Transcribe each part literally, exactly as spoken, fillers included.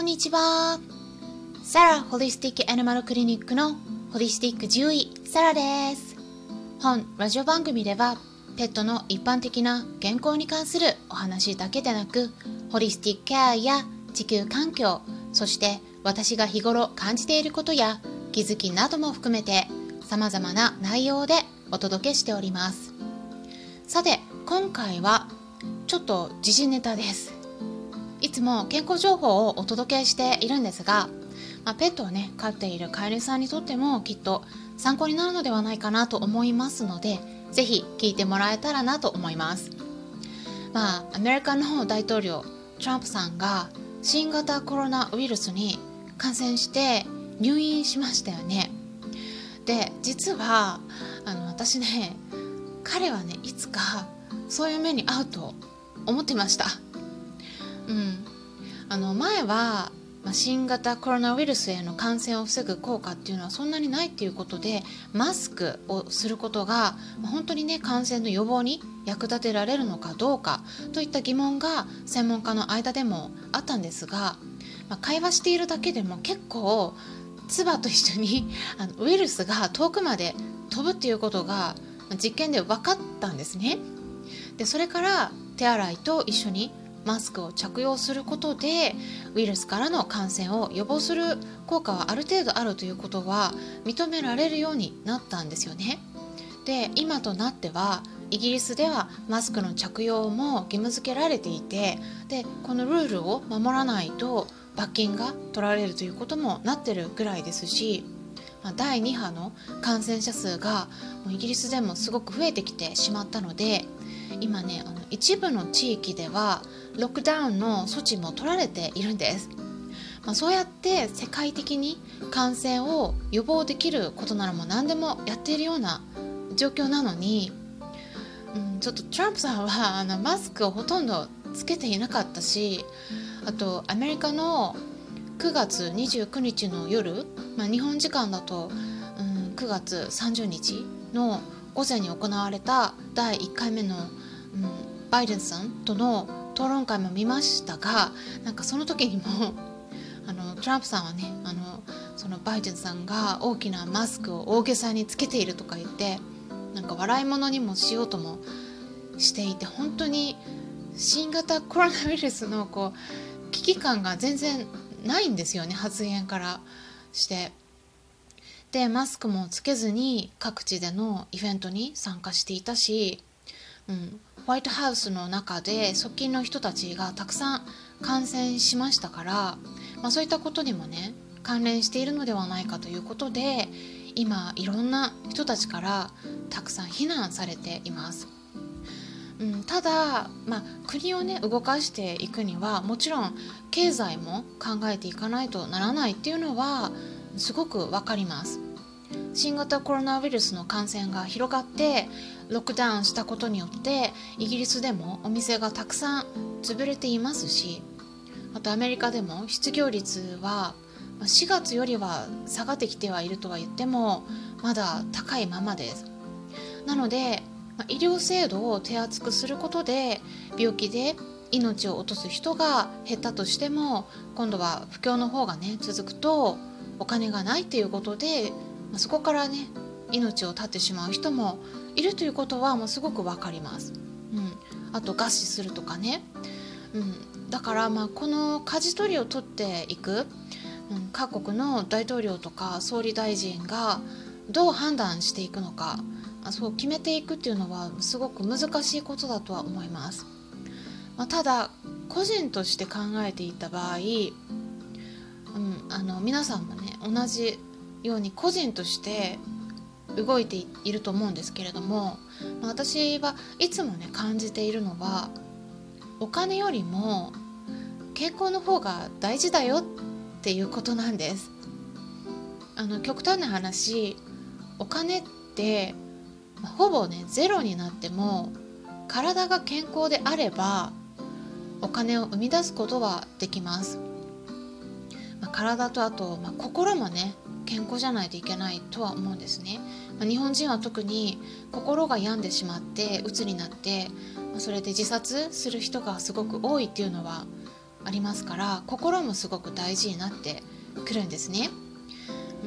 こんにちは。サラホリスティックアニマルクリニックのホリスティック獣医サラです。本ラジオ番組ではペットの一般的な健康に関するお話だけでなく、ホリスティックケアや地球環境、そして私が日頃感じていることや気づきなども含めて様々な内容でお届けしております。さて、今回はちょっと時事ネタです。いつも健康情報をお届けしているんですが、まあ、ペットをね飼っている飼い主さんにとってもきっと参考になるのではないかなと思いますので、ぜひ聞いてもらえたらなと思います。まあ、アメリカの大統領トランプさんが新型コロナウイルスに感染して入院しましたよね。で、実はあの私ね、彼はねいつかそういう目に遭うと思ってました。うん、あの前は、まあ、新型コロナウイルスへの感染を防ぐ効果っていうのはそんなにないっていうことで、マスクをすることが、まあ、本当にね感染の予防に役立てられるのかどうかといった疑問が専門家の間でもあったんですが、まあ、会話しているだけでも結構唾と一緒にあのウイルスが遠くまで飛ぶっていうことが実験で分かったんですね。で、それから手洗いと一緒にマスクを着用することでウイルスからの感染を予防する効果はある程度あるということは認められるようになったんですよね。で、今となってはイギリスではマスクの着用も義務付けられていて、でこのルールを守らないと罰金が取られるということもなってるぐらいですし、だいに波の感染者数がイギリスでもすごく増えてきてしまったので、今ねあの一部の地域ではロックダウンの措置も取られているんです。まあ、そうやって世界的に感染を予防できることならもう何でもやっているような状況なのに、うん、ちょっとトランプさんはあのマスクをほとんどつけていなかったし、あとアメリカのくがつにじゅうくにちの夜、まあ、日本時間だと、うん、くがつさんじゅうにちの午前に行われただいいっかいめの、うん、バイデンさんとの討論会も見ましたが、なんかその時にもあのトランプさんはねあのそのバイデンさんが大きなマスクを大げさにつけているとか言って、なんか笑い物にもしようともしていて、本当に新型コロナウイルスのこう危機感が全然ないんですよね、発言からして。で、マスクもつけずに各地でのイベントに参加していたし、うん、ホワイトハウスの中で側近の人たちがたくさん感染しましたから、まあ、そういったことにもね関連しているのではないかということで、今いろんな人たちからたくさん非難されています。うん、ただ、まあ、国をね動かしていくにはもちろん経済も考えていかないとならないっていうのはすごくわかります。新型コロナウイルスの感染が広がってロックダウンしたことによってイギリスでもお店がたくさん潰れていますし、あとアメリカでも失業率はしがつよりは下がってきてはいるとは言ってもまだ高いままです。なので医療制度を手厚くすることで病気で命を落とす人が減ったとしても、今度は不況の方がね続くとお金がないということで、そこからね命を絶ってしまう人もいるということはもうすごくわかります。うん、あと餓死するとかね、うん、だからまあこの舵取りを取っていく、うん、各国の大統領とか総理大臣がどう判断していくのか、そう決めていくっていうのはすごく難しいことだとは思います。まあ、ただ個人として考えていた場合、うん、あの皆さんもね同じように個人として動いていると思うんですけれども、まあ、私はいつもね感じているのは、お金よりも健康の方が大事だよっていうことなんです。あの極端な話、お金ってほぼねゼロになっても体が健康であればお金を生み出すことはできます。まあ、体とあと、まあ、心もね健康じゃないといけないとは思うんですね。まあ、日本人は特に心が病んでしまって鬱になって、まあ、それで自殺する人がすごく多いっていうのはありますから、心もすごく大事になってくるんですね。うん、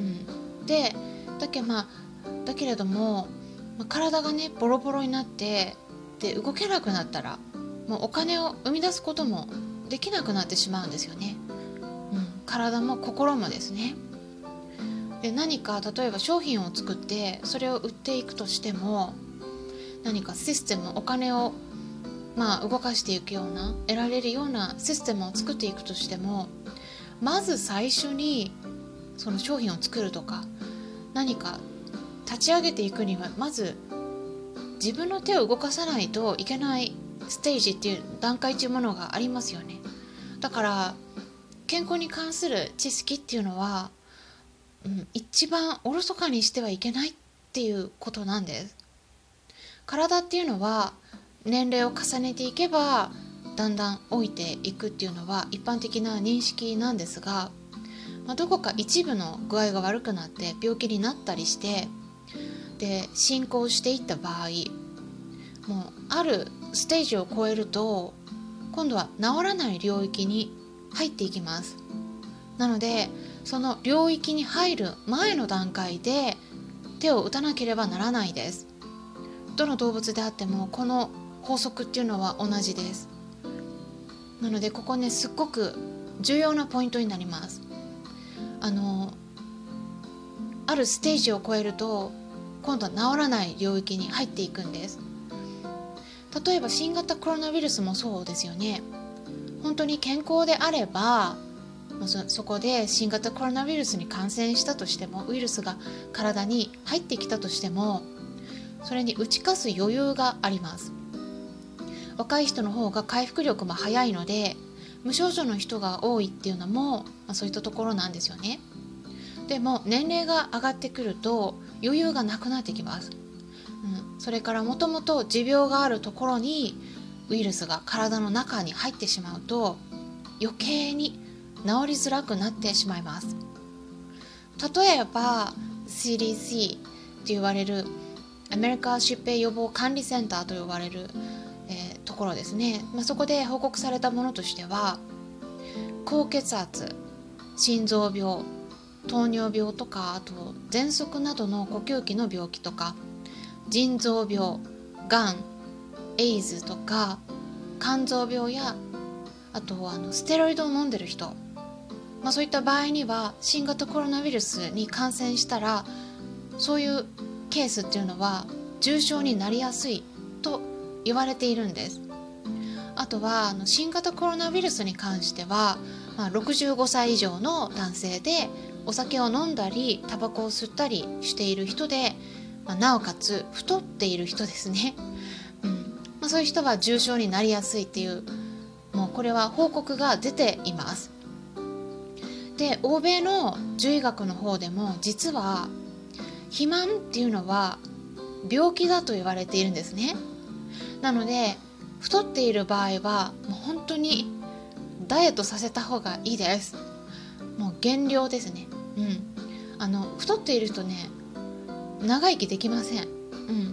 でだけまあだけれども、まあ、体がねボロボロになってで動けなくなったらもうお金を生み出すこともできなくなってしまうんですよね。うん、体も心もですね。で何か例えば商品を作ってそれを売っていくとしても、何かシステムお金をまあ動かしていくような得られるようなシステムを作っていくとしても、まず最初にその商品を作るとか何か立ち上げていくには、まず自分の手を動かさないといけないステージっていう段階というものがありますよね。だから健康に関する知識っていうのは、うん、一番おろそかにしてはいけないっていうことなんです。体っていうのは年齢を重ねていけばだんだん老いていくっていうのは一般的な認識なんですが、まあ、どこか一部の具合が悪くなって病気になったりしてで進行していった場合、もうあるステージを超えると今度は治らない領域に入っていきます。なのでその領域に入る前の段階で手を打たなければならないです。どの動物であってもこの法則っていうのは同じです。なのでここねすっごく重要なポイントになります。あのあるステージを超えると今度は治らない領域に入っていくんです。例えば新型コロナウイルスもそうですよね。本当に健康であればそ, そこで新型コロナウイルスに感染したとしても、ウイルスが体に入ってきたとしてもそれに打ち勝つ余裕があります。若い人の方が回復力も早いので無症状の人が多いっていうのも、まあ、そういったところなんですよね。でも年齢が上がってくると余裕がなくなってきます。うん、それからもともと持病があるところにウイルスが体の中に入ってしまうと余計に治りづらくなってしまいます。例えば シーディーシー と言われるアメリカ疾病予防管理センターと呼ばれる、えー、ところですね。まあ、そこで報告されたものとしては、高血圧、心臓病、糖尿病とか、あと喘息などの呼吸器の病気とか、腎臓病、がん、エイズとか肝臓病や、あとはあのステロイドを飲んでる人、まあ、そういった場合には新型コロナウイルスに感染したらそういうケースっていうのは重症になりやすいと言われているんです。あとはあの新型コロナウイルスに関しては、まあ、ろくじゅうごさい以上の男性でお酒を飲んだりタバコを吸ったりしている人で、まあ、なおかつ太っている人ですね、うんまあ、そういう人は重症になりやすいっていう、もうこれは報告が出ています。で欧米の獣医学の方でも実は肥満っていうのは病気だと言われているんですね。なので太っている場合はもう本当にダイエットさせた方がいいです。もう減量ですね。うん、あの太っている人ね長生きできません。うん、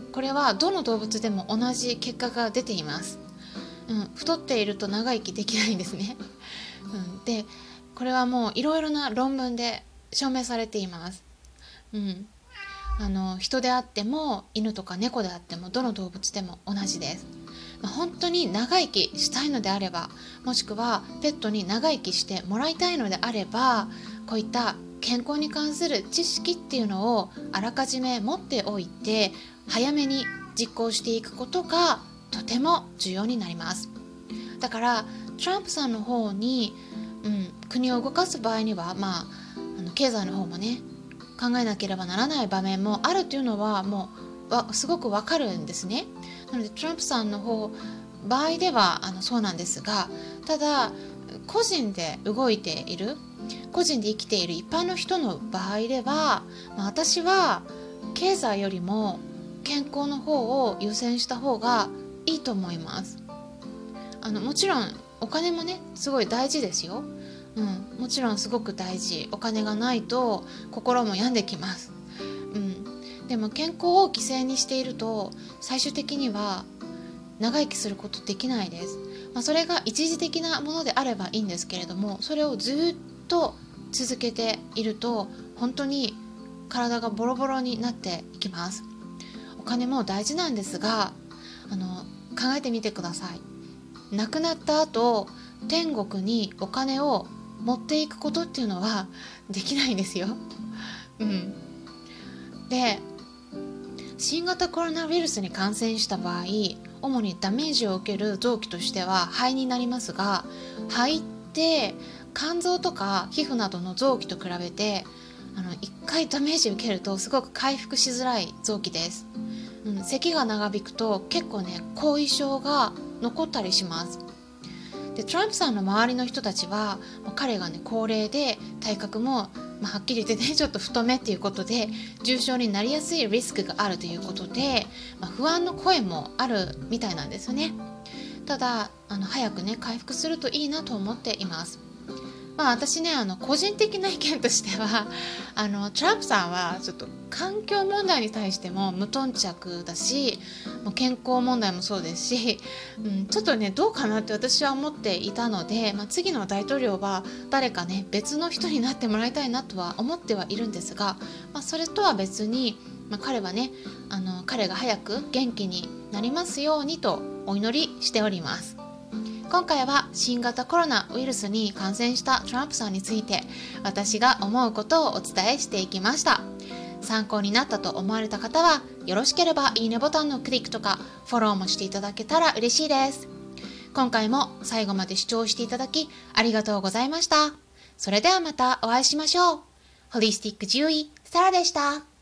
これはどの動物でも同じ結果が出ています。うん、太っていると長生きできないんですね。うん、でこれはもういろいろな論文で証明されています。うん、あの人であっても犬とか猫であってもどの動物でも同じです。まあ、本当に長生きしたいのであれば、もしくはペットに長生きしてもらいたいのであれば、こういった健康に関する知識っていうのをあらかじめ持っておいて早めに実行していくことがとても重要になります。だからトランプさんの方に、うん、国を動かす場合には、まあ、あの経済の方もね考えなければならない場面もあるというのはもうわすごくわかるんですね。なのでトランプさんの方場合ではあのそうなんですが、ただ個人で動いている個人で生きている一般の人の場合では、まあ、私は経済よりも健康の方を優先した方がいいと思います。あのもちろんお金もねすごい大事ですよ。うん、もちろんすごく大事。お金がないと心も病んできます。うん、でも健康を犠牲にしていると最終的には長生きすることできないです。 まあ、それが一時的なものであればいいんですけれども、それをずっと続けていると本当に体がボロボロになっていきます。お金も大事なんですが、あの考えてみてください。亡くなった後、天国にお金を持っていくことっていうのはできないんですよ。うん、で、新型コロナウイルスに感染した場合、主にダメージを受ける臓器としては肺になりますが、肺って肝臓とか皮膚などの臓器と比べて、あの一回ダメージ受けるとすごく回復しづらい臓器です。うん、咳が長引くと結構ね、後遺症が残ったりします。で、トランプさんの周りの人たちは、彼がね高齢で体格も、まあ、はっきり言ってねちょっと太めっていうことで重症になりやすいリスクがあるということで、まあ、不安の声もあるみたいなんですよね。ただあの早くね回復するといいなと思っています。まあ私ね、あの個人的な意見としては、あのトランプさんはちょっと環境問題に対しても無頓着だし、もう健康問題もそうですし、うん、ちょっとねどうかなって私は思っていたので、まあ、次の大統領は誰かね別の人になってもらいたいなとは思ってはいるんですが、まあ、それとは別に、まあ、彼はね、あの彼が早く元気になりますようにとお祈りしております。今回は新型コロナウイルスに感染したトランプさんについて、私が思うことをお伝えしていきました。参考になったと思われた方は、よろしければいいねボタンのクリックとかフォローもしていただけたら嬉しいです。今回も最後まで視聴していただきありがとうございました。それではまたお会いしましょう。ホリスティック獣医サラでした。